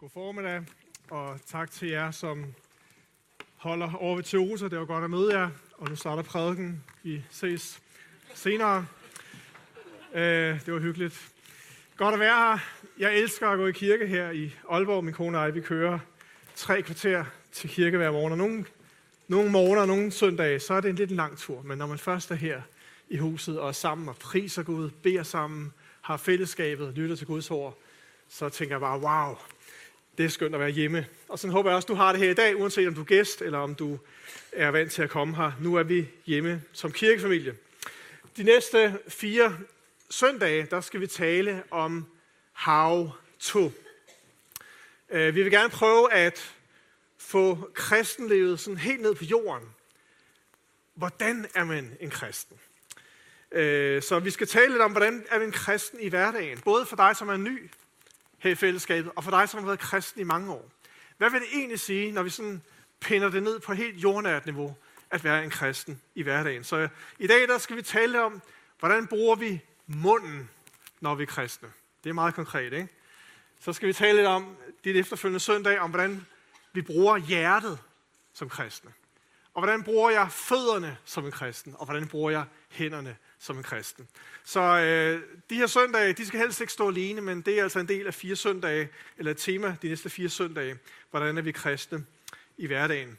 God formiddag, og tak til jer, som holder over ved Teosa. Det var godt at møde jer, og nu starter prædiken. Vi ses senere. Det var hyggeligt. Godt at være her. Jeg elsker at gå i kirke her i Aalborg. Min kone og jeg, vi kører 3 kvarter til kirke hver morgen. Og nogle morgener, nogle søndage, så er det en lidt lang tur. Men når man først er her i huset og er sammen og priser Gud, beder sammen, har fællesskabet, lytter til Guds ord, så tænker jeg bare, wow, det er skønt at være hjemme. Og sådan håber jeg også, du har det her i dag, uanset om du er gæst, eller om du er vant til at komme her. Nu er vi hjemme som kirkefamilie. De næste 4 søndage, der skal vi tale om how to. Vi vil gerne prøve at få kristenlivet sådan helt ned på jorden. Hvordan er man en kristen? Så vi skal tale lidt om, hvordan er man en kristen i hverdagen. Både for dig, som er ny her i fællesskabet, og for dig, som har været kristen i mange år. Hvad vil det egentlig sige, når vi sådan pinder det ned på et helt jordnært niveau, at være en kristen i hverdagen? Så i dag der skal vi tale om, hvordan bruger vi munden, når vi er kristne. Det er meget konkret, ikke? Så skal vi tale lidt om det efterfølgende søndag, om hvordan vi bruger hjertet som kristne. Og hvordan bruger jeg fødderne som en kristen, og hvordan bruger jeg hænderne som en kristen. Så de her søndage, de skal helst ikke stå alene, men det er altså en del af 4 søndage, eller et tema de næste 4 søndage, hvordan er vi kristne i hverdagen.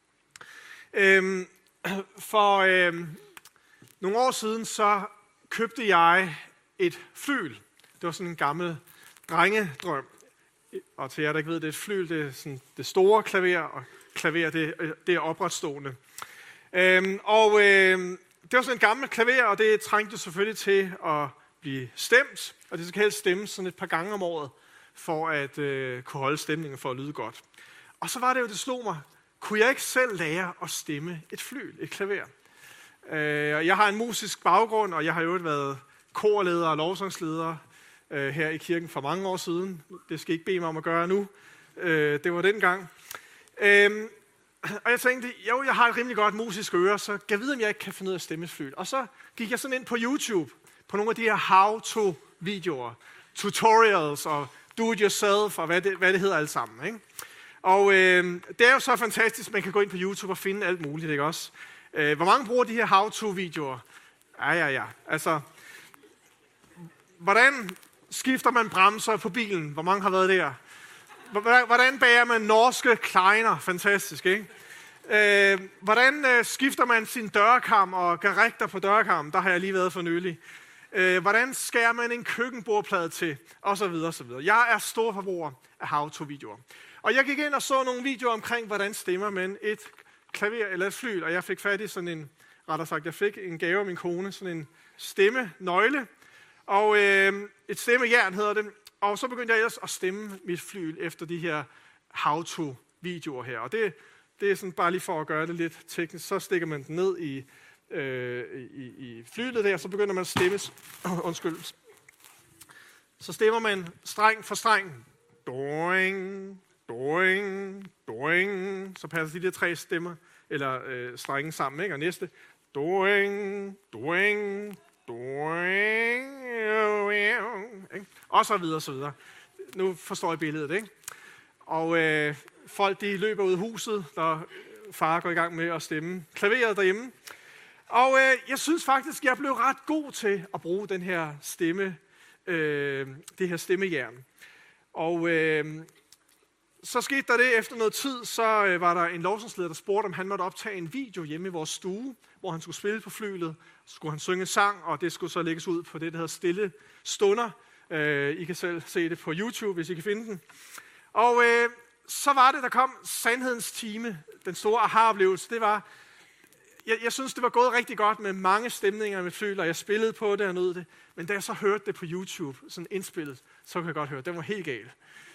For nogle år siden, så købte jeg et flyl. Det var sådan en gammel drengedrøm. Og til jer, der ikke ved, det er et flyl, det er sådan det store klaver, og klaver, det er opretstående. Det var sådan en gammel klaver, og det trængte selvfølgelig til at blive stemt. Og det skal helst stemmes sådan et par gange om året, for at kunne holde stemningen, for at lyde godt. Og så var det jo, det slog mig, kunne jeg ikke selv lære at stemme et flyl, et klaver? Jeg har en musisk baggrund, og jeg har jo været korleder og lovsangsleder her i kirken for mange år siden. Det skal I ikke bede mig om at gøre nu. Det var dengang. Og jeg tænkte, jo, jeg har et rimelig godt musisk øre, så jeg ved, om jeg ikke kan finde ud af at stemme et flyl. Og så gik jeg sådan ind på YouTube, på nogle af de her how-to-videoer, tutorials og do-it-yourself, og hvad det hedder alle sammen. Ikke? Og det er jo så fantastisk, at man kan gå ind på YouTube og finde alt muligt, ikke også? Hvor mange bruger de her how-to-videoer? Ja. Altså, hvordan skifter man bremser på bilen? Hvor mange har været der? Hvordan bager man norske kleiner? Fantastisk, ikke? Hvordan skifter man sin dørkarm og garrekter på dørkarmen? Der har jeg lige været for nylig. Hvordan skærer man en køkkenbordplade til? Og så videre, og så videre. Jeg er stor forbruger af how-to-videoer. Og jeg gik ind og så nogle videoer omkring, hvordan stemmer man et klaver eller et flyl. Og jeg fik fat i sådan en, rettere sagt, jeg fik en gave af min kone, sådan en stemmenøgle. Og et stemmejern hedder det. Og så begyndte jeg ellers at stemme mit flyl efter de her how-to-videoer her. Og det er sådan bare lige for at gøre det lidt teknisk. Så stikker man den ned i flylet der, og så begynder man at stemme. Undskyld. Så stemmer man streng for streng. Doing, doing, doing. Så passer de der 3 stemmer, eller strenge sammen, ikke? Og næste. Doing, doing, doing. Ikke? Og så videre, så videre. Nu forstår jeg billedet, ikke? Og folk, de løber ud af huset, der far går i gang med at stemme klaveret derhjemme. Og jeg synes faktisk, jeg blev ret god til at bruge den her stemme, det her stemmejern. Og så skete der det efter noget tid, så var der en lovsangsleder, der spurgte, om han måtte optage en video hjemme i vores stue, hvor han skulle spille på flylet. Så skulle han synge en sang, og det skulle så lægges ud på det, der hedder Stille Stunder. I kan selv se det på YouTube, hvis I kan finde den. Og så var det, der kom sandhedens time, den store aha-oplevelse. Det var, jeg synes, det var gået rigtig godt med mange stemninger med flyl, og jeg spillede på det og nød det. Men da jeg så hørte det på YouTube, sådan indspillet, så kunne jeg godt høre, at den var helt gal.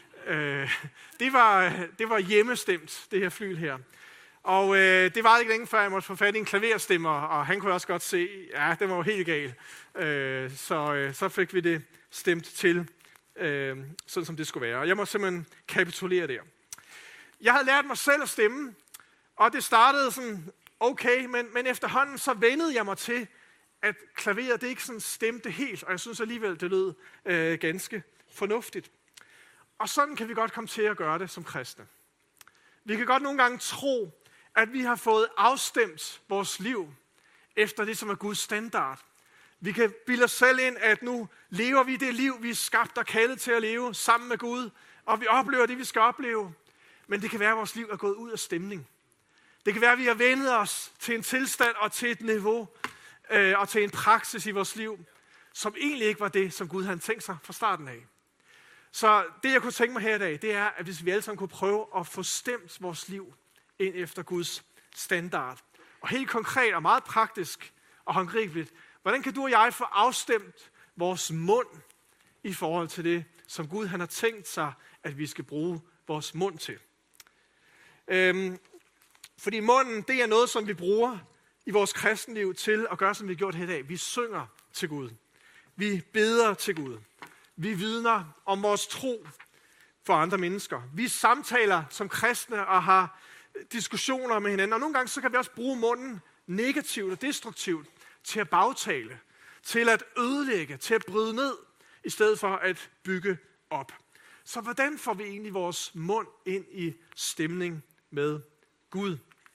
Det var hjemmestemt, det her flyl her. Og det var ikke længe før, jeg måtte få fat i en klaverstemmer, og han kunne også godt se, ja, det var jo helt galt. Så fik vi det stemt til, sådan som det skulle være. Og jeg må simpelthen kapitulere der. Jeg havde lært mig selv at stemme, og det startede sådan okay, men efterhånden så vendede jeg mig til, at klaveret det ikke sådan stemte helt, og jeg synes alligevel, det lød ganske fornuftigt. Og sådan kan vi godt komme til at gøre det som kristne. Vi kan godt nogle gange tro, at vi har fået afstemt vores liv efter det, som er Guds standard. Vi kan bilde os selv ind, at nu lever vi det liv, vi er skabt og kaldet til at leve sammen med Gud, og vi oplever det, vi skal opleve. Men det kan være, at vores liv er gået ud af stemning. Det kan være, at vi har vendet os til en tilstand og til et niveau og til en praksis i vores liv, som egentlig ikke var det, som Gud havde tænkt sig fra starten af. Så det, jeg kunne tænke mig her i dag, det er, at hvis vi alle sammen kunne prøve at få stemt vores liv ind efter Guds standard. Og helt konkret og meget praktisk og håndgribeligt, hvordan kan du og jeg få afstemt vores mund i forhold til det, som Gud han har tænkt sig, at vi skal bruge vores mund til? Fordi munden, det er noget, som vi bruger i vores kristenliv til at gøre, som vi har gjort her i dag. Vi synger til Gud. Vi beder til Gud. Vi vidner om vores tro for andre mennesker. Vi samtaler som kristne og har diskussioner med hinanden. Og nogle gange så kan vi også bruge munden negativt og destruktivt til at bagtale, til at ødelægge, til at bryde ned, i stedet for at bygge op. Så hvordan får vi egentlig vores mund ind i stemning med Gud?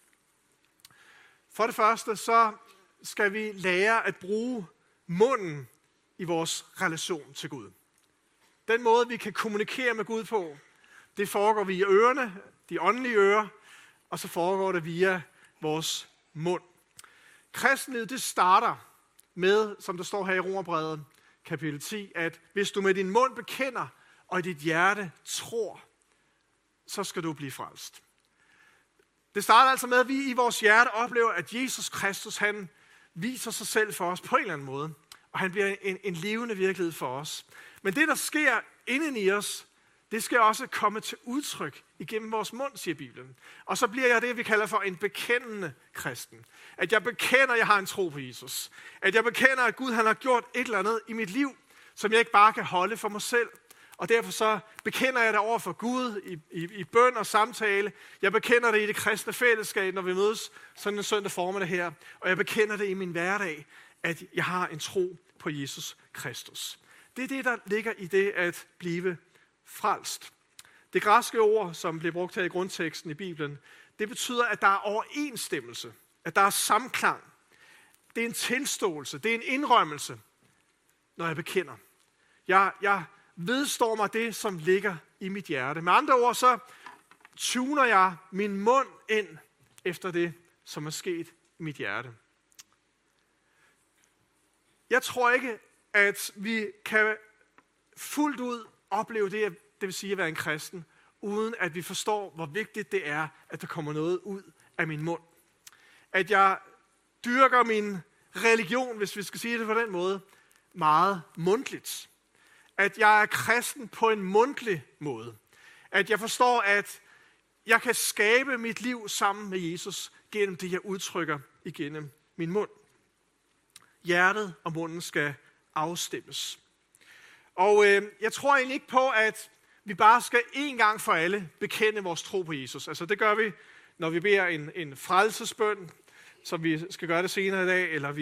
For det første, så skal vi lære at bruge munden i vores relation til Gud. Den måde, vi kan kommunikere med Gud på, det foregår via ørerne, de åndelige ører, og så foregår det via vores mund. Kristenlivet, det starter med, som der står her i Romerbrevet, kapitel 10, at hvis du med din mund bekender, og i dit hjerte tror, så skal du blive frelst. Det starter altså med, at vi i vores hjerte oplever, at Jesus Kristus, han viser sig selv for os på en eller anden måde. Og han bliver en levende virkelighed for os. Men det, der sker inden i os, det skal også komme til udtryk igennem vores mund, siger Bibelen. Og så bliver jeg det, vi kalder for en bekendende kristen. At jeg bekender, at jeg har en tro på Jesus. At jeg bekender, at Gud han har gjort et eller andet i mit liv, som jeg ikke bare kan holde for mig selv. Og derfor så bekender jeg det over for Gud i bøn og samtale. Jeg bekender det i det kristne fællesskab, når vi mødes sådan en søndag formiddag her. Og jeg bekender det i min hverdag, at jeg har en tro på Jesus Kristus. Det er det, der ligger i det at blive frelst. Det græske ord, som bliver brugt her i grundteksten i Bibelen, det betyder, at der er overensstemmelse, at der er samklang. Det er en tilståelse, det er en indrømmelse, når jeg bekender. Jeg vedstår mig det, som ligger i mit hjerte. Med andre ord, så tuner jeg min mund ind efter det, som er sket i mit hjerte. Jeg tror ikke, at vi kan fuldt ud opleve det vil sige at være en kristen, uden at vi forstår, hvor vigtigt det er, at der kommer noget ud af min mund. At jeg dyrker min religion, hvis vi skal sige det på den måde, meget mundtligt. At jeg er kristen på en mundtlig måde. At jeg forstår, at jeg kan skabe mit liv sammen med Jesus gennem det, jeg udtrykker igennem min mund. Hjertet og munden skal afstemmes. Og jeg tror egentlig ikke på, at vi bare skal en gang for alle bekende vores tro på Jesus. Altså det gør vi, når vi beder en frelsesbøn, som vi skal gøre det senere i dag, eller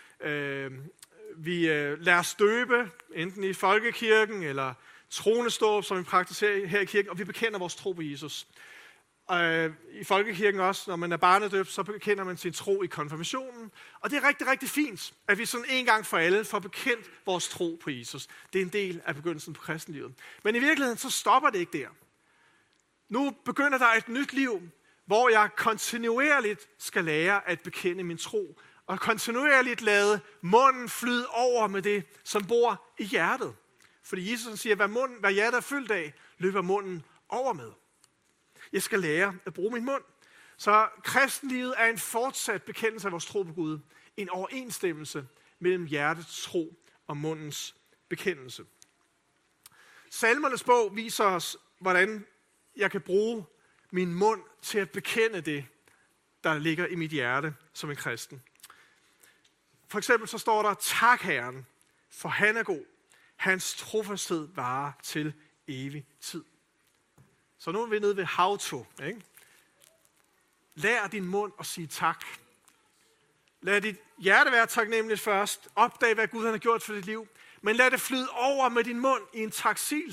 vi lader os døbe, enten i folkekirken eller troneståb, som vi praktiserer her i kirken, og vi bekender vores tro på Jesus. I folkekirken også, når man er barnedøbt, så bekender man sin tro i konfirmationen. Og det er rigtig, rigtig fint, at vi sådan en gang for alle får bekendt vores tro på Jesus. Det er en del af begyndelsen på kristenlivet. Men i virkeligheden, så stopper det ikke der. Nu begynder der et nyt liv, hvor jeg kontinuerligt skal lære at bekende min tro. Og kontinuerligt lade munden flyde over med det, som bor i hjertet. Fordi Jesus siger, hvad hjertet er fyldt af, løber munden over med. Jeg skal lære at bruge min mund. Så kristenlivet er en fortsat bekendelse af vores tro på Gud. En overensstemmelse mellem hjertets tro og mundens bekendelse. Salmernes bog viser os, hvordan jeg kan bruge min mund til at bekende det, der ligger i mit hjerte som en kristen. For eksempel så står der, tak Herren, for han er god. Hans trofasthed varer til evig tid. Så nu er vi nede ved how to. Ikke? Lær din mund at sige tak. Lad dit hjerte være taknemmeligt først. Opdag, hvad Gud han har gjort for dit liv. Men lad det flyde over med din mund i en taksigelse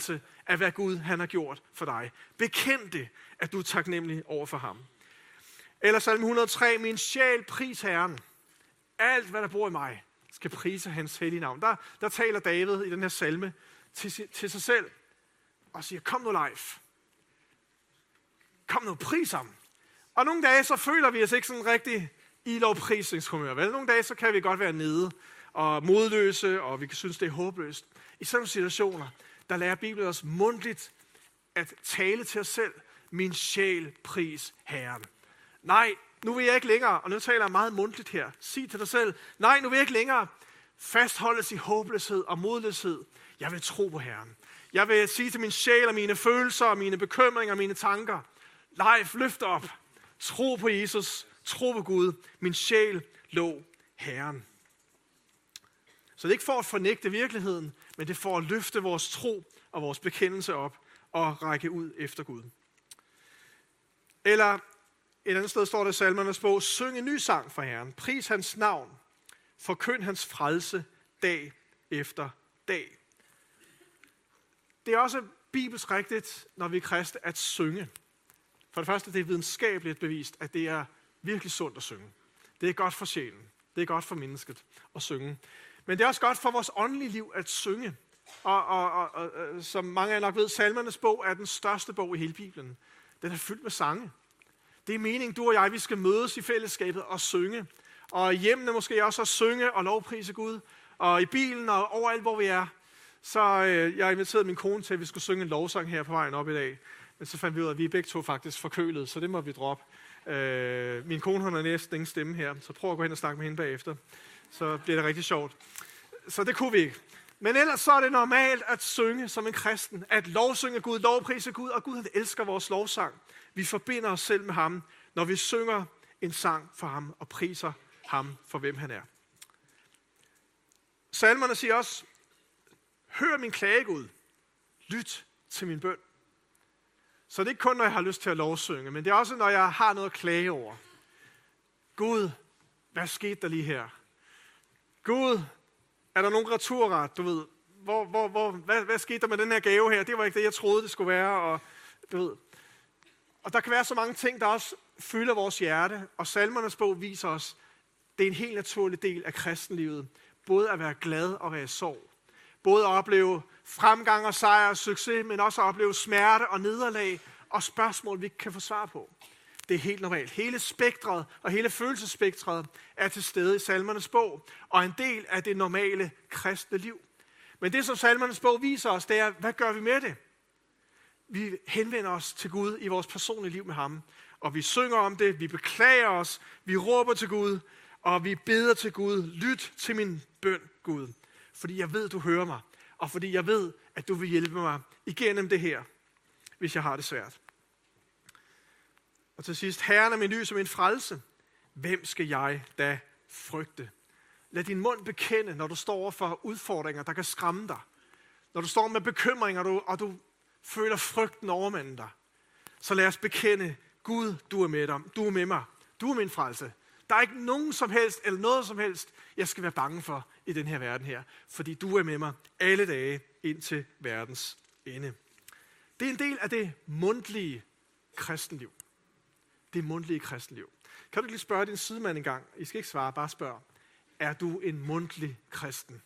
af hvad Gud han har gjort for dig. Bekend det, at du er taknemmelig over for ham. Eller salme 103, min sjæl pris Herren. Alt hvad der bor i mig, skal prise hans hellige navn. Der taler David i den her salme til sig selv og siger, kom nu Leif. Kom nu, pris ham. Og nogle dage så føler vi os ikke sådan rigtig i lovprisningshumør. Vel? Nogle dage så kan vi godt være nede og modløse, og vi kan synes, det er håbløst. I sådan nogle situationer, der lærer Bibelen os mundtligt at tale til os selv, min sjæl pris Herren. Nej, nu vil jeg ikke længere, og nu taler jeg meget mundtligt her, sig til dig selv, nej, nu vil jeg ikke længere fastholdes i håbløshed og modløshed. Jeg vil tro på Herren. Jeg vil sige til min sjæl og mine følelser og mine bekymringer og mine tanker, Leif, løft op. Tro på Jesus. Tro på Gud. Min sjæl lå Herren. Så det er ikke for at fornægte virkeligheden, men det er for at løfte vores tro og vores bekendelse op og række ud efter Gud. Eller et andet sted står det i Salmernes bog, syng en ny sang for Herren. Pris hans navn. Forkynd hans frelse dag efter dag. Det er også bibelsk rigtigt, når vi er kristne, at synge. For det første, det er videnskabeligt bevist, at det er virkelig sundt at synge. Det er godt for sjælen. Det er godt for mennesket at synge. Men det er også godt for vores åndelige liv at synge. Og som mange af jer nok ved, Salmernes bog er den største bog i hele Bibelen. Den er fyldt med sange. Det er meningen, du og jeg, vi skal mødes i fællesskabet og synge. Og i hjemmene måske også at synge og lovprise Gud. Og i bilen og overalt, hvor vi er. Så jeg inviterede min kone til, at vi skulle synge en lovsang her på vejen op i dag. Men så fandt vi ud af, at vi begge to faktisk forkølet, så det må vi droppe. Min kone har næsten ingen stemme her, så prøv at gå hen og snakke med hende bagefter. Så bliver det rigtig sjovt. Så det kunne vi ikke. Men ellers så er det normalt at synge som en kristen. At lovsynge Gud, lovprise Gud, og Gud han elsker vores lovsang. Vi forbinder os selv med ham, når vi synger en sang for ham og priser ham for hvem han er. Salmerne siger også, hør min klage Gud, lyt til min bøn. Så det er ikke kun, når jeg har lyst til at lovsynge, men det er også, når jeg har noget at klage over. Gud, hvad skete der lige her? Gud, er der nogen returret, du ved? Hvad skete der med den her gave her? Det var ikke det, jeg troede, det skulle være. Og, du ved. Og der kan være så mange ting, der også fylder vores hjerte. Og Salmernes bog viser os, det er en helt naturlig del af kristenlivet. Både at være glad og være i sorg. Både at opleve fremgang og sejr og succes, men også at opleve smerte og nederlag og spørgsmål, vi ikke kan få svar på. Det er helt normalt. Hele spektret og hele følelsesspektret er til stede i Salmernes bog, og en del af det normale kristne liv. Men det, som Salmernes bog viser os, det er, hvad gør vi med det? Vi henvender os til Gud i vores personlige liv med ham, og vi synger om det, vi beklager os, vi råber til Gud, og vi beder til Gud, lyt til min bøn, Gud. Fordi jeg ved, du hører mig, og fordi jeg ved, at du vil hjælpe mig igennem det her, hvis jeg har det svært. Og til sidst, Herren er min lys og min frelse. Hvem skal jeg da frygte? Lad din mund bekende, når du står over for udfordringer, der kan skræmme dig. Når du står med bekymringer, og du føler frygten overmande dig. Så lad os bekende, Gud, du er med dig. Du er med mig. Du er min frelse. Der er ikke nogen som helst, eller noget som helst, jeg skal være bange for i den her verden her. Fordi du er med mig alle dage indtil verdens ende. Det er en del af det mundtlige kristenliv. Det mundtlige kristenliv. Kan du lige spørge din sidemand en gang? I skal ikke svare, bare spørg. Er du en mundtlig kristen?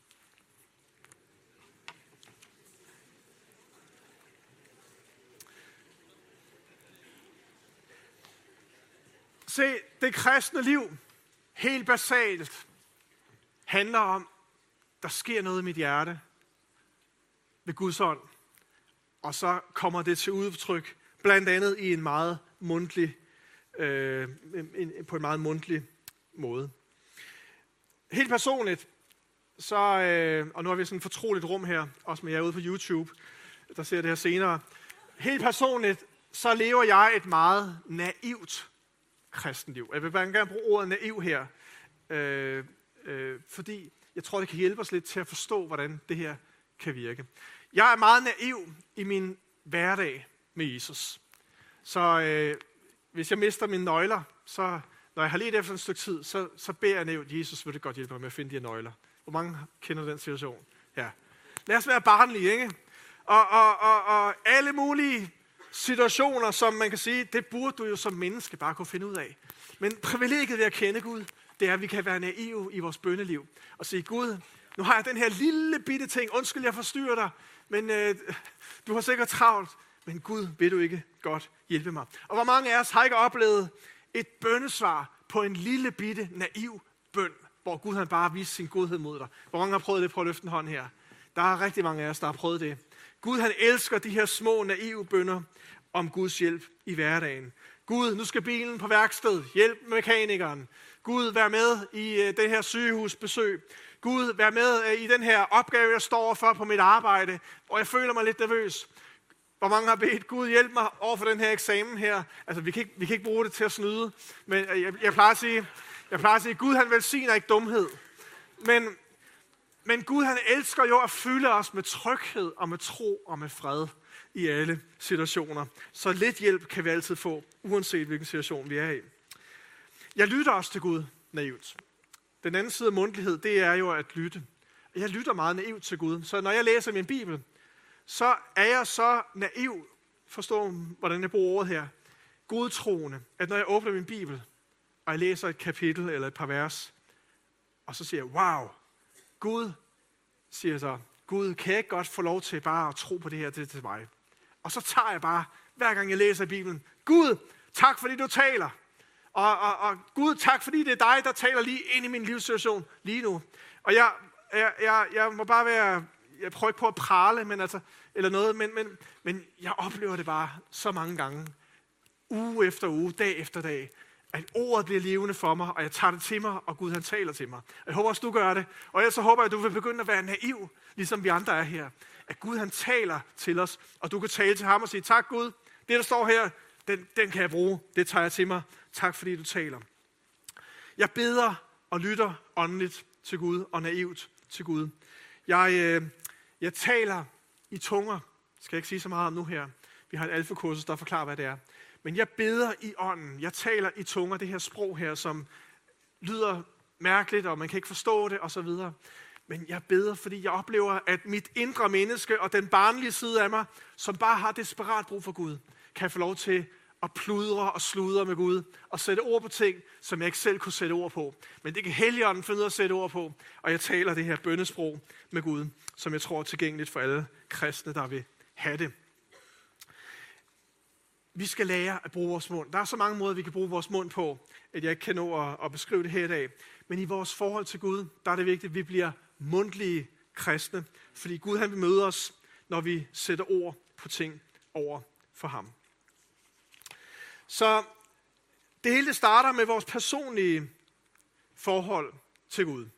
Se, det kristne liv, helt basalt, handler om, der sker noget i mit hjerte ved Guds ånd. Og så kommer det til udtryk, blandt andet i en meget mundtlig, på en meget mundtlig måde. Helt personligt, så, og nu har vi sådan et fortroligt rum her, også med jer ude på YouTube, der ser det her senere. Helt personligt, så lever jeg et meget naivt kristenliv. Jeg vil bare gerne bruge ordet naiv her, fordi jeg tror, det kan hjælpe os lidt til at forstå, hvordan det her kan virke. Jeg er meget naiv i min hverdag med Jesus. Så hvis jeg mister mine nøgler, så når jeg har let efter et stykke tid, så beder jeg naivt, Jesus, vil det godt hjælpe mig med at finde de her nøgler. Hvor mange kender den situation? Ja. Lad os være barnlige, ikke? og alle mulige situationer, som man kan sige, det burde du jo som menneske bare kunne finde ud af. Men privilegiet ved at kende Gud, det er, at vi kan være naive i vores bønneliv. Og sige, Gud, nu har jeg den her lille bitte ting. Undskyld, jeg forstyrrer dig, men du har sikkert travlt. Men Gud, vil du ikke godt hjælpe mig? Og hvor mange af os har ikke oplevet et bønnesvar på en lille bitte naiv bøn, hvor Gud han bare vist sin godhed mod dig? Hvor mange har prøvet det? Prøv at løfte en hånd her. Der er rigtig mange af os, der har prøvet det. Gud han elsker de her små naive bønner om Guds hjælp i hverdagen. Gud, nu skal bilen på værksted. Hjælp mekanikeren. Gud, vær med i det her sygehusbesøg. Gud, vær med i den her opgave, jeg står for på mit arbejde, hvor jeg føler mig lidt nervøs. Hvor mange har bedt, Gud hjælp mig over for den her eksamen her. Altså, vi kan ikke bruge det til at snyde. Men jeg plejer at sige, Gud han velsigner ikke dumhed. Men Gud han elsker jo at fylde os med tryghed og med tro og med fred i alle situationer. Så lidt hjælp kan vi altid få, uanset hvilken situation vi er i. Jeg lytter også til Gud naivt. Den anden side af mundtlighed, det er jo at lytte. Jeg lytter meget naivt til Gud. Så når jeg læser min Bibel, så er jeg så naiv, forstå hvordan jeg bruger ordet her, godtroende, at når jeg åbner min Bibel, og jeg læser et kapitel eller et par vers, og så siger jeg, wow, Gud, siger jeg så, Gud, kan jeg ikke godt få lov til bare at tro på det her, det er til mig. Og så tager jeg bare, hver gang jeg læser i Bibelen, Gud, tak fordi du taler. Og Gud, tak fordi det er dig, der taler lige ind i min livssituation lige nu. Og jeg må bare være, jeg prøver ikke på at prale, eller noget, men jeg oplever det bare så mange gange, uge efter uge, dag efter dag, at ordet bliver levende for mig, og jeg tager det til mig, og Gud han taler til mig. Jeg håber også, du gør det. Og ellers så håber jeg, at du vil begynde at være naiv, ligesom vi andre er her. At Gud han taler til os, og du kan tale til ham og sige, tak Gud, det der står her, den kan jeg bruge, det tager jeg til mig. Tak fordi du taler. Jeg beder og lytter åndeligt til Gud, og naivt til Gud. Jeg taler i tunger, skal jeg ikke sige så meget om nu her. Vi har et alfakursus, der forklarer, hvad det er. Men jeg beder i ånden. Jeg taler i tunger, det her sprog her, som lyder mærkeligt, og man kan ikke forstå det, osv. Men jeg beder, fordi jeg oplever, at mit indre menneske og den barnlige side af mig, som bare har desperat brug for Gud, kan få lov til at pludre og sludre med Gud, og sætte ord på ting, som jeg ikke selv kunne sætte ord på. Men det kan Helligånden finde ud af at sætte ord på, og jeg taler det her bønnesprog med Gud, som jeg tror er tilgængeligt for alle kristne, der vil have det. Vi skal lære at bruge vores mund. Der er så mange måder, vi kan bruge vores mund på, at jeg ikke kan nå at beskrive det her i dag. Men i vores forhold til Gud, der er det vigtigt, at vi bliver mundtlige kristne, fordi Gud han vil møde os, når vi sætter ord på ting over for ham. Så det hele starter med vores personlige forhold til Gud.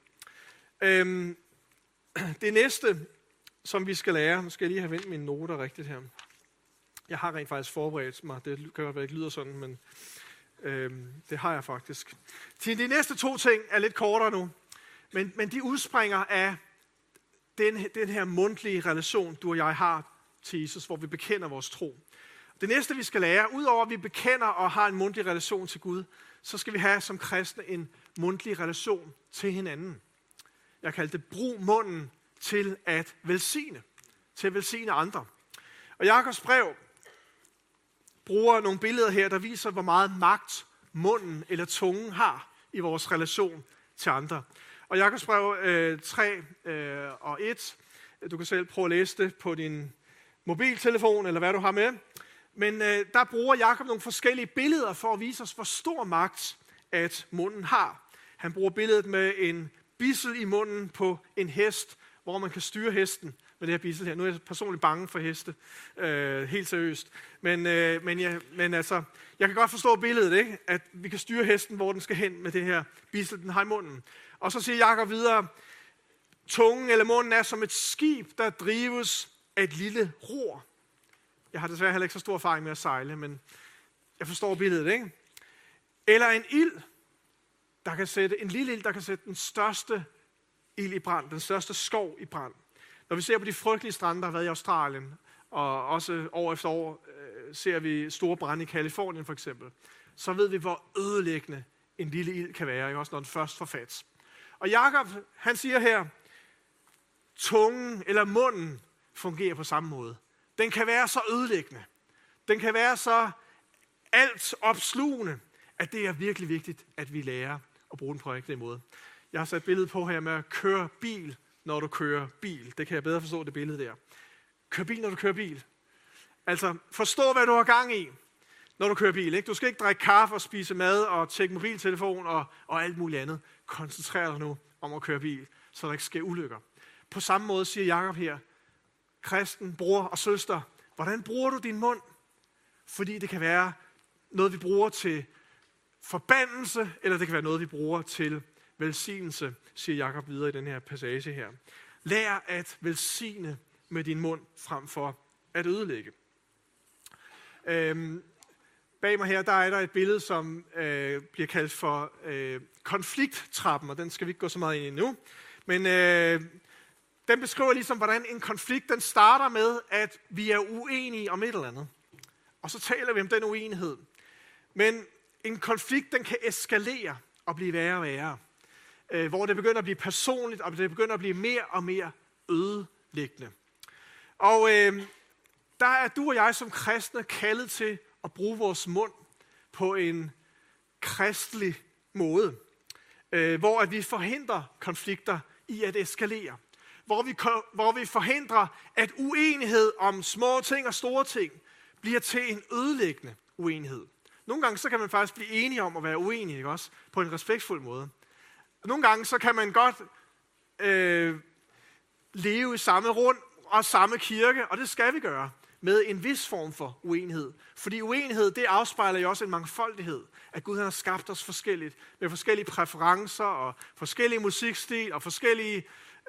Det næste, som vi skal lære, nu skal jeg lige have vendt mine noter rigtigt her. Jeg har rent faktisk forberedt mig, det kan godt være, det ikke lyder sådan, men det har jeg faktisk. De næste 2 ting er lidt kortere nu, men de udspringer af den her mundtlige relation, du og jeg har til Jesus, hvor vi bekender vores tro. Det næste, vi skal lære, udover at vi bekender og har en mundtlig relation til Gud, så skal vi have som kristne en mundtlig relation til hinanden. Jeg kalder det, brug munden til at velsigne andre. Og Jakobs brev bruger nogle billeder her, der viser, hvor meget magt munden eller tungen har i vores relation til andre. Og Jakobs brev 3 og 1, du kan selv prøve at læse det på din mobiltelefon, eller hvad du har med. Men der bruger Jakob nogle forskellige billeder for at vise os, hvor stor magt at munden har. Han bruger billedet med en bidsel i munden på en hest, hvor man kan styre hesten med det her bidsel her. Nu er jeg personligt bange for heste, helt seriøst. Men altså, jeg kan godt forstå billedet, ikke? At vi kan styre hesten, hvor den skal hen med det her bidsel, den har i munden. Og så siger Jakob videre, tungen eller munden er som et skib, der drives af et lille ror. Jeg har desværre heller ikke så stor erfaring med at sejle, men jeg forstår billedet, ikke? Eller en ild, en lille ild, der kan sætte den største ild i brand, den største skov i brand. Når vi ser på de frygtelige strande, der har været i Australien, og også år efter år ser vi store brande i Kalifornien for eksempel, så ved vi, hvor ødelæggende en lille ild kan være, ikke? Også når den først får fat. Og Jakob, han siger her, tungen eller munden fungerer på samme måde. den kan være så ødelæggende. Den kan være så alt opslugende, at det er virkelig vigtigt, at vi lærer at bruge den på rigtig måde. Jeg har sat et billede på her med at køre bil, når du kører bil. Det kan jeg bedre forstå, det billede der. Kør bil, når du kører bil. Altså, forstå, hvad du har gang i, når du kører bil. Ikke? Du skal ikke drikke kaffe og spise mad og tjekke mobiltelefon og alt muligt andet. Koncentrer dig nu om at køre bil, så der ikke sker ulykker. På samme måde siger Jakob her, kristen, bror og søster, hvordan bruger du din mund? Fordi det kan være noget, vi bruger til forbandelse, eller det kan være noget, vi bruger til velsignelse, siger Jakob videre i den her passage her. Lær at velsigne med din mund, frem for at ødelægge. Bag mig her, der er der et billede, som bliver kaldt for konflikttrappen, og den skal vi ikke gå så meget ind i nu. Men den beskriver ligesom, hvordan en konflikt, den starter med, at vi er uenige om et eller andet. Og så taler vi om den uenighed. Men en konflikt, den kan eskalere og blive værre og værre. Hvor det begynder at blive personligt, og det begynder at blive mere og mere ødelæggende. Og der er du og jeg som kristne kaldet til at bruge vores mund på en kristelig måde. Hvor at vi forhindrer konflikter i at eskalere. Hvor vi forhindrer, at uenighed om små ting og store ting bliver til en ødelæggende uenighed. Nogle gange så kan man faktisk blive enige om at være uenig, ikke også? På en respektfuld måde. Nogle gange så kan man godt leve i samme rund og samme kirke, og det skal vi gøre med en vis form for uenighed. Fordi uenighed, det afspejler jo også en mangfoldighed. At Gud han har skabt os forskelligt, med forskellige præferencer og forskellige musikstil og forskellige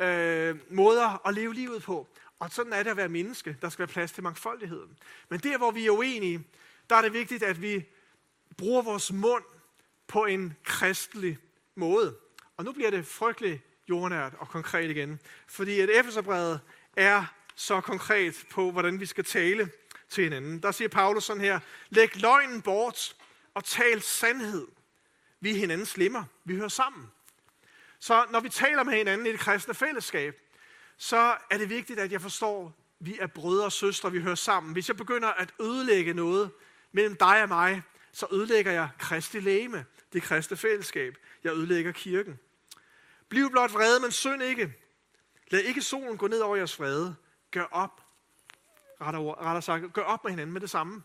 måder at leve livet på. Og sådan er det at være menneske. Der skal være plads til mangfoldigheden. Men der, hvor vi er uenige, der er det vigtigt, at vi bruger vores mund på en kristelig måde. Og nu bliver det frygteligt jordnært og konkret igen. Fordi at Efeserbrevet er så konkret på, hvordan vi skal tale til hinanden. Der siger Paulus sådan her, læg løgnen bort og tal sandhed. Vi er hinandens lemmer. Vi hører sammen. Så når vi taler med hinanden i det kristne fællesskab, så er det vigtigt, at jeg forstår, at vi er brødre og søstre, vi hører sammen. Hvis jeg begynder at ødelægge noget mellem dig og mig, så ødelægger jeg Kristi legeme, det kristne fællesskab. Jeg ødelægger kirken. Bliv blot vrede, men synd ikke. Lad ikke solen gå ned over jeres vrede. Gør op. Rettere sagt, gør op med hinanden med det samme.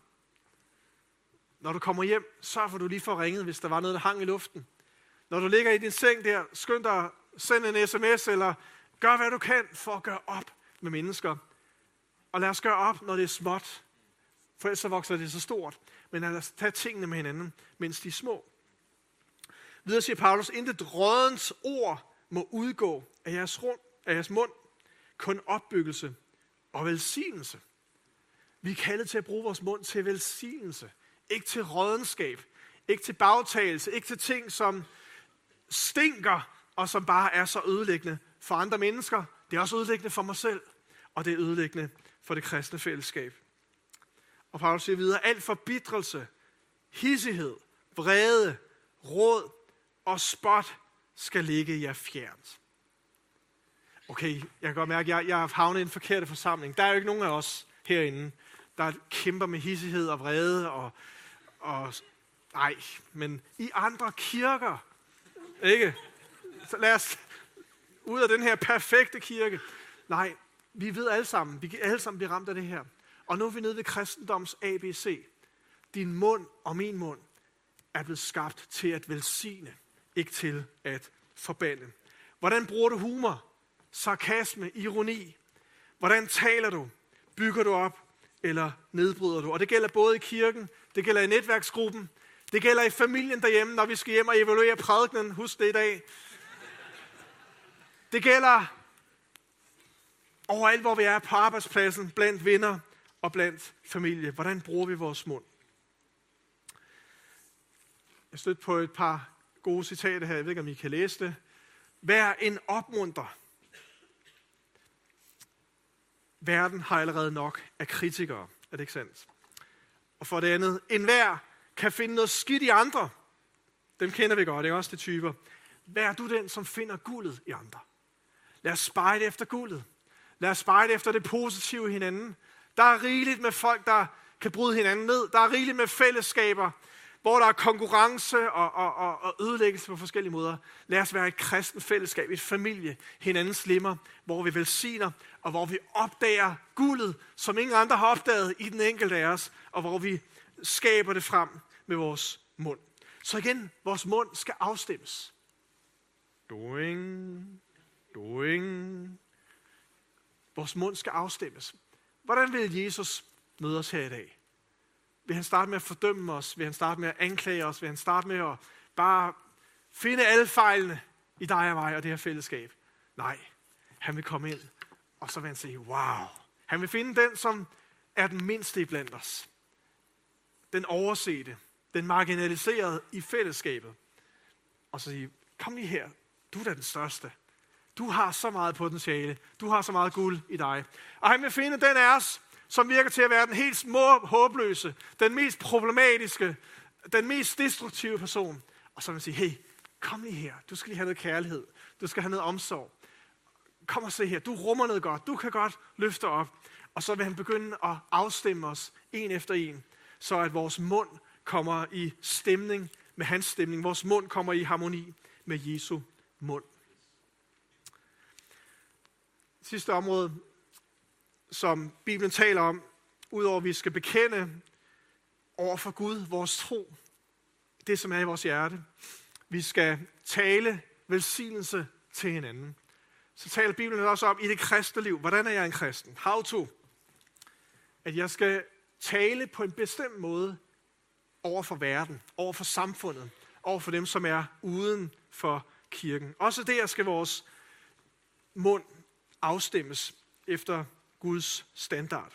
Når du kommer hjem, sørg for, at du lige får ringet, hvis der var noget, der hang i luften. Når du ligger i din seng der, skynd dig, send en sms, eller gør, hvad du kan for at gøre op med mennesker. Og lad os gøre op, når det er småt. For ellers så vokser det så stort. Men lad os tage tingene med hinanden, mens de er små. Videre siger Paulus, intet rådens ord må udgå af jeres mund. Kun opbyggelse og velsignelse. Vi er kaldet til at bruge vores mund til velsignelse. Ikke til rådenskab. Ikke til bagtagelse. Ikke til ting, som stinker og som bare er så ødelæggende for andre mennesker. Det er også ødelæggende for mig selv. Og det er ødelæggende for det kristne fællesskab. Og Paulus siger videre, alt forbitrelse, hissighed, vrede, råd og spot skal ligge jer fjernt. Okay, jeg kan godt mærke, at jeg har havnet i en forkert forsamling. Der er jo ikke nogen af os herinde, der kæmper med hissighed og vrede nej, men i andre kirker, ikke? Så lad os ud af den her perfekte kirke. Nej, vi ved alle sammen, vi kan alle sammen blive ramt af det her. Og nu er vi nede ved kristendoms ABC. Din mund og min mund er blevet skabt til at velsigne, ikke til at forbande. Hvordan bruger du humor, sarkasme, ironi? Hvordan taler du? Bygger du op, eller nedbryder du? Og det gælder både i kirken, det gælder i netværksgruppen, det gælder i familien derhjemme, når vi skal hjem og evaluere prædikenen. Husk det i dag. Det gælder overalt, hvor vi er på arbejdspladsen, blandt venner og blandt familie. Hvordan bruger vi vores mund? Jeg stødte på et par gode citater her. Jeg ved ikke, om I kan læse det. Vær en opmunter. Verden har allerede nok af kritikere. Er det ikke sandt? Og for det andet, enhver kan finde noget skidt i andre. Dem kender vi godt, det er også de typer. Vær du den, som finder guldet i andre. Lad os spejde efter guldet. Lad os spejde efter det positive i hinanden. Der er rigeligt med folk, der kan bryde hinanden ned. Der er rigeligt med fællesskaber, hvor der er konkurrence og ødelæggelse på forskellige måder. Lad os være et kristent fællesskab, et familie, hinandens lemmer, hvor vi velsigner, og hvor vi opdager guldet, som ingen andre har opdaget i den enkelte af os, og hvor vi skaber det frem med vores mund. Så igen, vores mund skal afstemmes. Doing. Vores mund skal afstemmes. Hvordan vil Jesus møde os her i dag? Vil han starte med at fordømme os? Vil han starte med at anklage os? Vil han starte med at bare finde alle fejlene i dig og mig og det her fællesskab? Nej, han vil komme ind, og så vil han sige, wow. Han vil finde den, som er den mindste iblandt os. Den oversete, den marginaliserede i fællesskabet. Og så sige, kom lige her, du er da den største. Du har så meget potentiale. Du har så meget guld i dig. Og han vil finde den af os, som virker til at være den helt håbløse, den mest problematiske, den mest destruktive person. Og så vil han sige, hey, kom lige her. Du skal lige have noget kærlighed. Du skal have noget omsorg. Kom og se her. Du rummer noget godt. Du kan godt løfte op. Og så vil han begynde at afstemme os en efter en, så at vores mund kommer i stemning med hans stemning. Vores mund kommer i harmoni med Jesu mund. Sidste område, som Bibelen taler om, udover at vi skal bekende over for Gud vores tro, det som er i vores hjerte. Vi skal tale velsignelse til hinanden. Så taler Bibelen også om i det kristne liv. Hvordan er jeg en kristen? How to? At jeg skal tale på en bestemt måde over for verden, over for samfundet, over for dem, som er uden for kirken. Også der skal vores mund afstemmes efter Guds standard.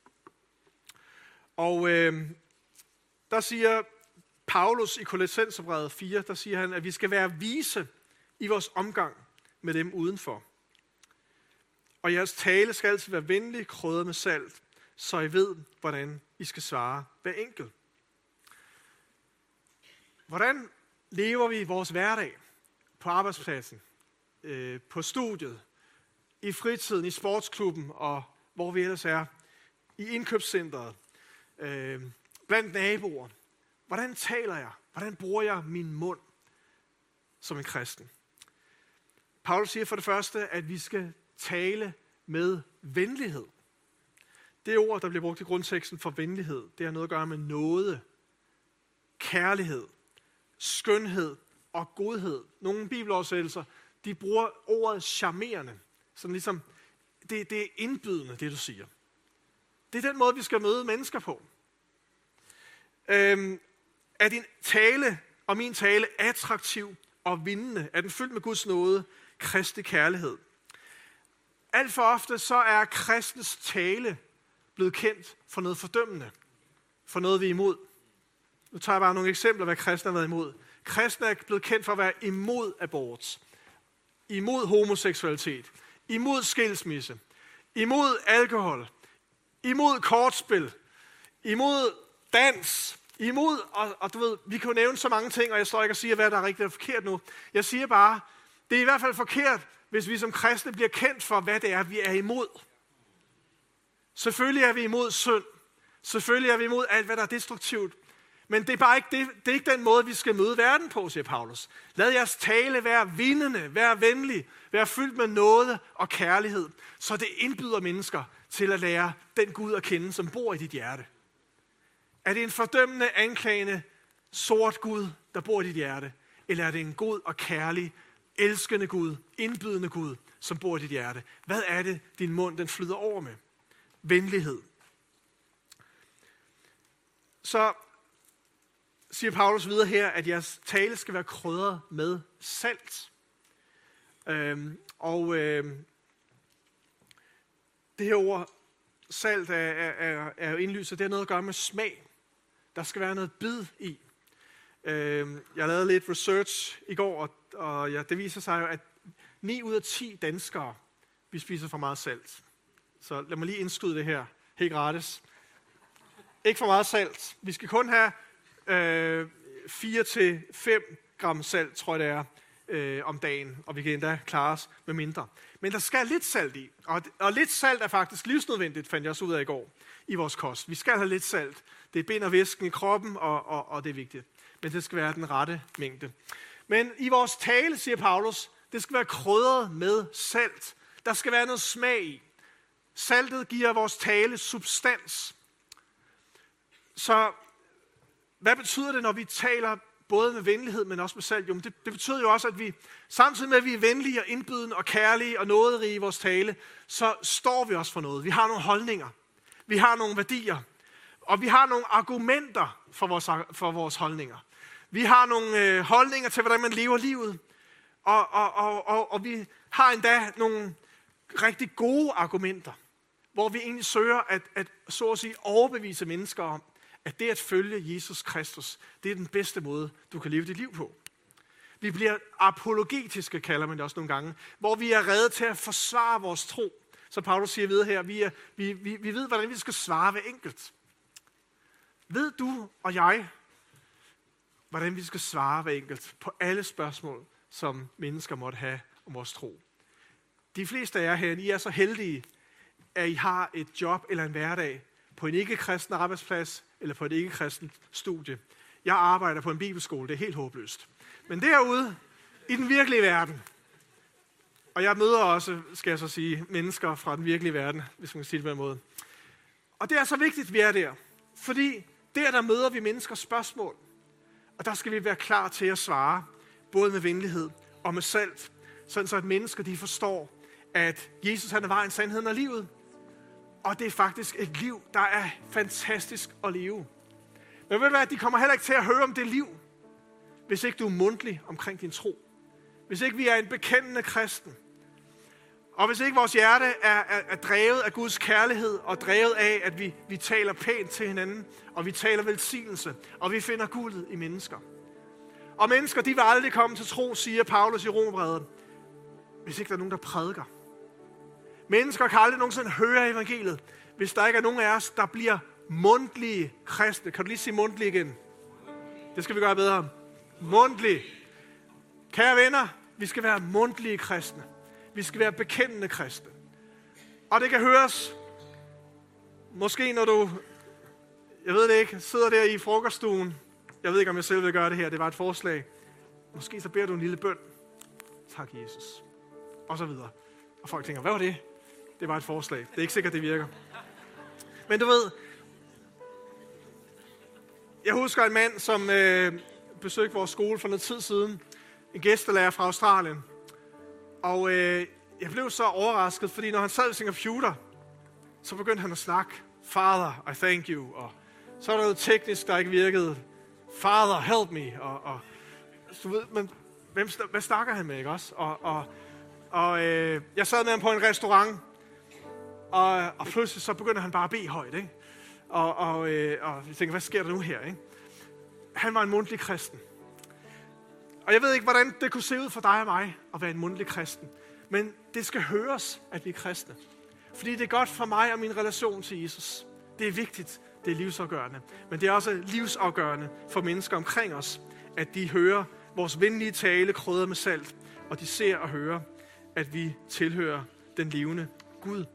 Og der siger Paulus i Kolossenserbrevet 4, der siger han, at vi skal være vise i vores omgang med dem udenfor. Og jeres tale skal altid være venlig, krydret med salt, så I ved, hvordan I skal svare hver enkelt. Hvordan lever vi vores hverdag på arbejdspladsen, på studiet, i fritiden, i sportsklubben og hvor vi ellers er, i indkøbscentret, blandt naboer? Hvordan taler jeg? Hvordan bruger jeg min mund som en kristen? Paulus siger for det første, at vi skal tale med venlighed. Det ord, der bliver brugt i grundteksten for venlighed, det har noget at gøre med nåde, kærlighed, skønhed og godhed. Nogle bibeloversættelser, de bruger ordet charmerende. Sådan ligesom, det er indbydende, det du siger. Det er den måde, vi skal møde mennesker på. Er din tale og min tale attraktiv og vindende? Er den fyldt med Guds nåde, Kristi kærlighed? Alt for ofte så er kristens tale blevet kendt for noget fordømmende, for noget vi er imod. Nu tager jeg bare nogle eksempler, hvad kristne har været imod. Kristne er blevet kendt for at være imod abort, imod homoseksualitet, imod skilsmisse, imod alkohol, imod kortspil, imod dans, imod, og du ved, vi kan jo nævne så mange ting, og jeg står ikke og siger, hvad der er rigtigt og forkert nu. Jeg siger bare, det er i hvert fald forkert, hvis vi som kristne bliver kendt for, hvad det er, vi er imod. Selvfølgelig er vi imod synd. Selvfølgelig er vi imod alt, hvad der er destruktivt. Men det er bare ikke, det er ikke den måde, vi skal møde verden på, siger Paulus. Lad jeres tale være vindende, være venlig, være fyldt med nåde og kærlighed, så det indbyder mennesker til at lære den Gud at kende, som bor i dit hjerte. Er det en fordømmende, anklagende, sort Gud, der bor i dit hjerte? Eller er det en god og kærlig, elskende Gud, indbydende Gud, som bor i dit hjerte? Hvad er det, din mund den flyder over med? Venlighed. Så siger Paulus videre her, at jeres tale skal være krydret med salt. Det her ord, salt, er jo indlyset. Det har noget at gøre med smag. Der skal være noget bid i. Jeg lavede lidt research i går, og det viser sig jo, at 9 ud af 10 danskere, vi spiser for meget salt. Så lad mig lige indskyde det her, helt gratis. Ikke for meget salt. Vi skal kun have 4-5 gram salt, tror jeg det er, om dagen, og vi kan endda klare os med mindre. Men der skal lidt salt i, og lidt salt er faktisk livsnødvendigt, fandt jeg også ud af i går, i vores kost. Vi skal have lidt salt. Det binder væsken i kroppen, og det er vigtigt. Men det skal være den rette mængde. Men i vores tale, siger Paulus, det skal være krydret med salt. Der skal være noget smag i. Saltet giver vores tale substans. Så hvad betyder det, når vi taler både med venlighed, men også med salt? Jo, det betyder jo også, at vi samtidig med, at vi er venlige og indbydende og kærlige og nåderige i vores tale, så står vi også for noget. Vi har nogle holdninger. Vi har nogle værdier. Og vi har nogle argumenter for vores holdninger. Vi har nogle holdninger til, hvordan man lever livet. Og vi har endda nogle rigtig gode argumenter, hvor vi egentlig søger at så at sige, overbevise mennesker om, at det at følge Jesus Kristus, det er den bedste måde, du kan leve dit liv på. Vi bliver apologetiske, kalder man det også nogle gange, hvor vi er rede til at forsvare vores tro. Så Paulus siger videre her, vi ved, hvordan vi skal svare hver enkelt. Ved du og jeg, hvordan vi skal svare hver enkelt på alle spørgsmål, som mennesker måtte have om vores tro? De fleste af jer herinde, I er så heldige, at I har et job eller en hverdag på en ikke-kristen arbejdsplads eller på et ikke-kristen studie. Jeg arbejder på en bibelskole, det er helt håbløst. Men derude, i den virkelige verden, og jeg møder også, skal jeg så sige, mennesker fra den virkelige verden, hvis man kan sige det på en måde. Og det er så vigtigt, at vi er der, fordi der møder vi menneskers spørgsmål. Og der skal vi være klar til at svare, både med venlighed og med salt, sådan så at mennesker de forstår, at Jesus han er vejen, sandheden og livet. Og det er faktisk et liv, der er fantastisk at leve. Men ved du hvad, de kommer heller ikke til at høre om det liv, hvis ikke du er mundtlig omkring din tro. Hvis ikke vi er en bekendende kristen. Og hvis ikke vores hjerte er drevet af Guds kærlighed, og drevet af, at vi taler pænt til hinanden, og vi taler velsignelse, og vi finder guldet i mennesker. Og mennesker, de vil aldrig komme til tro, siger Paulus i Romerbrevet, hvis ikke der er nogen, der prædiker. Mennesker kan aldrig nogensinde høre evangeliet, hvis der ikke er nogen af os, der bliver mundtlige kristne. Kan du lige sige mundtlige igen? Det skal vi gøre bedre. Mundtlige. Kære venner, vi skal være mundtlige kristne. Vi skal være bekendende kristne. Og det kan høres, måske når du, jeg ved det ikke, sidder der i frokoststuen. Jeg ved ikke, om jeg selv vil gøre det her. Det var et forslag. Måske så beder du en lille bøn. Tak, Jesus. Og så videre. Og folk tænker, hvad var det? Det var et forslag. Det er ikke sikkert, det virker. Men du ved, jeg husker en mand, som besøgte vores skole for noget tid siden. En gæstelærer fra Australien. Og jeg blev så overrasket, fordi når han sad ved sin computer, så begyndte han at snakke. Father, I thank you. Og så var der noget teknisk, der ikke virkede. Father, help me. Og du ved, men hvad snakker han med, ikke også? Og jeg sad med ham på en restaurant, og pludselig så begynder han bare at bede højt, ikke? Og jeg tænker, hvad sker der nu her, ikke? Han var en mundtlig kristen. Og jeg ved ikke, hvordan det kunne se ud for dig og mig at være en mundtlig kristen. Men det skal høres, at vi er kristne. Fordi det er godt for mig og min relation til Jesus. Det er vigtigt, det er livsafgørende. Men det er også livsafgørende for mennesker omkring os, at de hører vores venlige tale krydret med salt, og de ser og hører, at vi tilhører den levende Gud.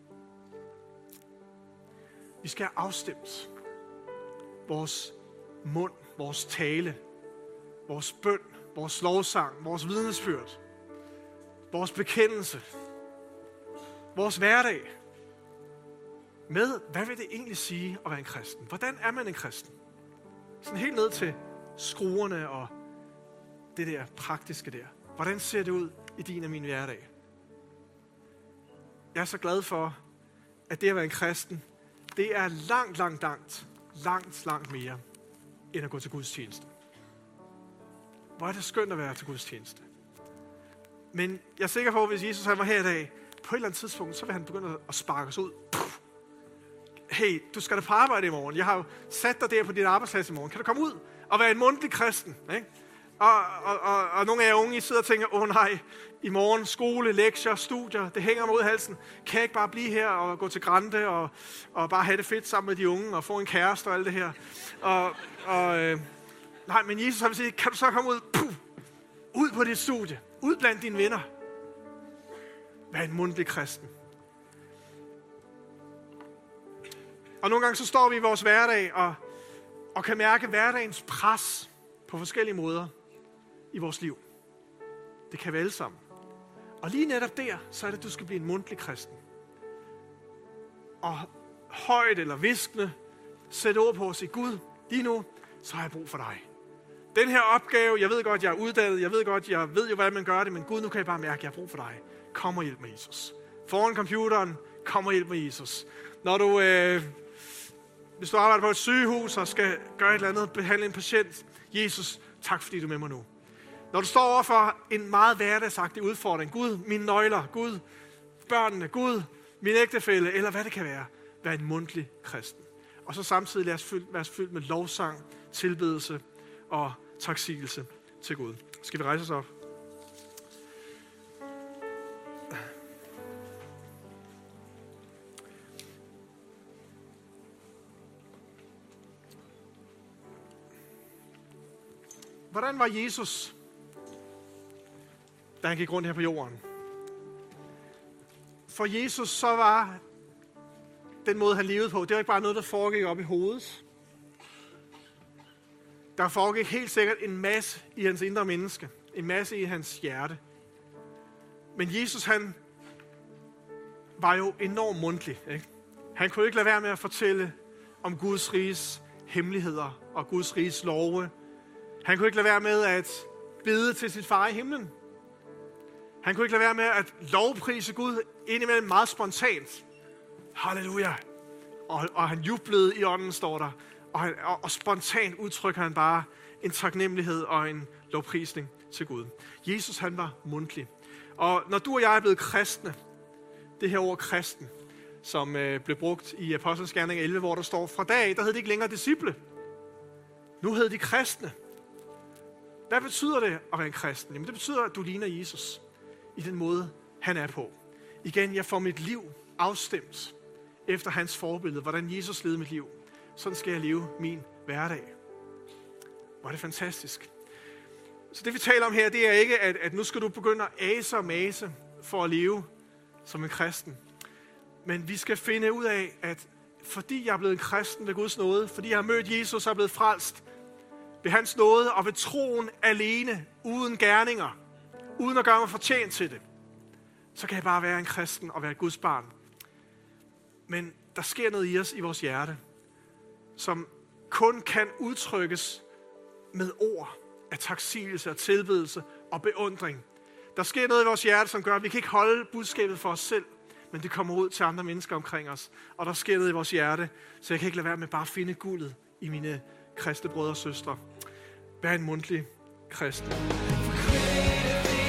Vi skal have afstemt vores mund, vores tale, vores bøn, vores lovsang, vores vidnesbyrd, vores bekendelse, vores hverdag med, hvad vil det egentlig sige at være en kristen? Hvordan er man en kristen? Sådan helt ned til skruerne og det der praktiske der. Hvordan ser det ud i din og min hverdag? Jeg er så glad for, at det at være en kristen, det er langt mere, end at gå til Guds tjeneste. Hvor er det skønt at være til Guds tjeneste. Men jeg er sikker på, at hvis Jesus han var her i dag, på et eller andet tidspunkt, så vil han begynde at sparke os ud. Hey, du skal da på arbejde i morgen. Jeg har jo sat dig der på dit arbejdsplads i morgen. Kan du komme ud og være en mundtlig kristen? Ikke? Og nogle af jer unge, I sidder og tænker, nej, i morgen skole, lektier, studier, det hænger mig ud i halsen. Kan jeg ikke bare blive her og gå til Grande og bare have det fedt sammen med de unge og få en kæreste og alt det her? Nej, men Jesus har vil sige, kan du så komme ud? Ud på dit studie, ud blandt dine venner. Vær en mundtlig kristen. Og nogle gange så står vi i vores hverdag og kan mærke hverdagens pres på forskellige måder i vores liv. Det kan vi alle sammen. Og lige netop der, så er det, at du skal blive en mundtlig kristen. Og højt eller viskende, sæt ord på og sige, Gud, lige nu, så har jeg brug for dig. Den her opgave, jeg ved godt, jeg er uddannet, jeg ved godt, jeg ved jo, hvordan man gør det, men Gud, nu kan jeg bare mærke, at jeg har brug for dig. Kom og hjælp mig, Jesus. Foran computeren, kom og hjælp mig, Jesus. Når du, hvis du arbejder på et sygehus og skal gøre et eller andet, behandle en patient, Jesus, tak fordi du er med mig nu. Når du står overfor en meget hverdagsagtig udfordring, Gud, mine nøgler, Gud, børnene, Gud, min ægtefælle, eller hvad det kan være, vær en mundtlig kristen. Og så samtidig lad os være fyldt med lovsang, tilbedelse og taksigelse til Gud. Skal vi rejse os op? Hvordan var Jesus, da han gik rundt her på jorden? For Jesus så var den måde, han levede på, det var ikke bare noget, der foregik op i hovedet. Der foregik helt sikkert en masse i hans indre menneske. En masse i hans hjerte. Men Jesus, han var jo enormt mundtlig. Ikke? Han kunne ikke lade være med at fortælle om Guds riges hemmeligheder og Guds riges love. Han kunne ikke lade være med at bede til sit far i himlen. Han kunne ikke lade være med at lovprise Gud indimellem meget spontant. Halleluja. Og han jublede i ånden, står der. Og spontant udtrykker han bare en taknemmelighed og en lovprisning til Gud. Jesus, han var mundtlig. Og når du og jeg er blevet kristne, det her ord kristen, som blev brugt i Apostlenes Gerninger 11, hvor der står, fra dag af, der hed det ikke længere disciple. Nu hed de kristne. Hvad betyder det at være en kristen? Jamen det betyder, at du ligner Jesus i den måde, han er på. Igen, jeg får mit liv afstemt efter hans forbillede, hvordan Jesus levede mit liv. Sådan skal jeg leve min hverdag. Hvor er det fantastisk. Så det vi taler om her, det er ikke, at nu skal du begynde at ase og mase for at leve som en kristen. Men vi skal finde ud af, at fordi jeg er blevet en kristen ved Guds nåde, fordi jeg har mødt Jesus og er blevet frelst ved hans nåde og ved troen alene, uden gerninger, uden at gøre mig fortjent til det, så kan jeg bare være en kristen og være et Guds barn. Men der sker noget i os, i vores hjerte, som kun kan udtrykkes med ord af taksigelse og tilbedelse og beundring. Der sker noget i vores hjerte, som gør, at vi kan ikke holde budskabet for os selv, men det kommer ud til andre mennesker omkring os. Og der sker noget i vores hjerte, så jeg kan ikke lade være med bare at finde guldet i mine kristne brødre og søstre. Vær en mundtlig kristen.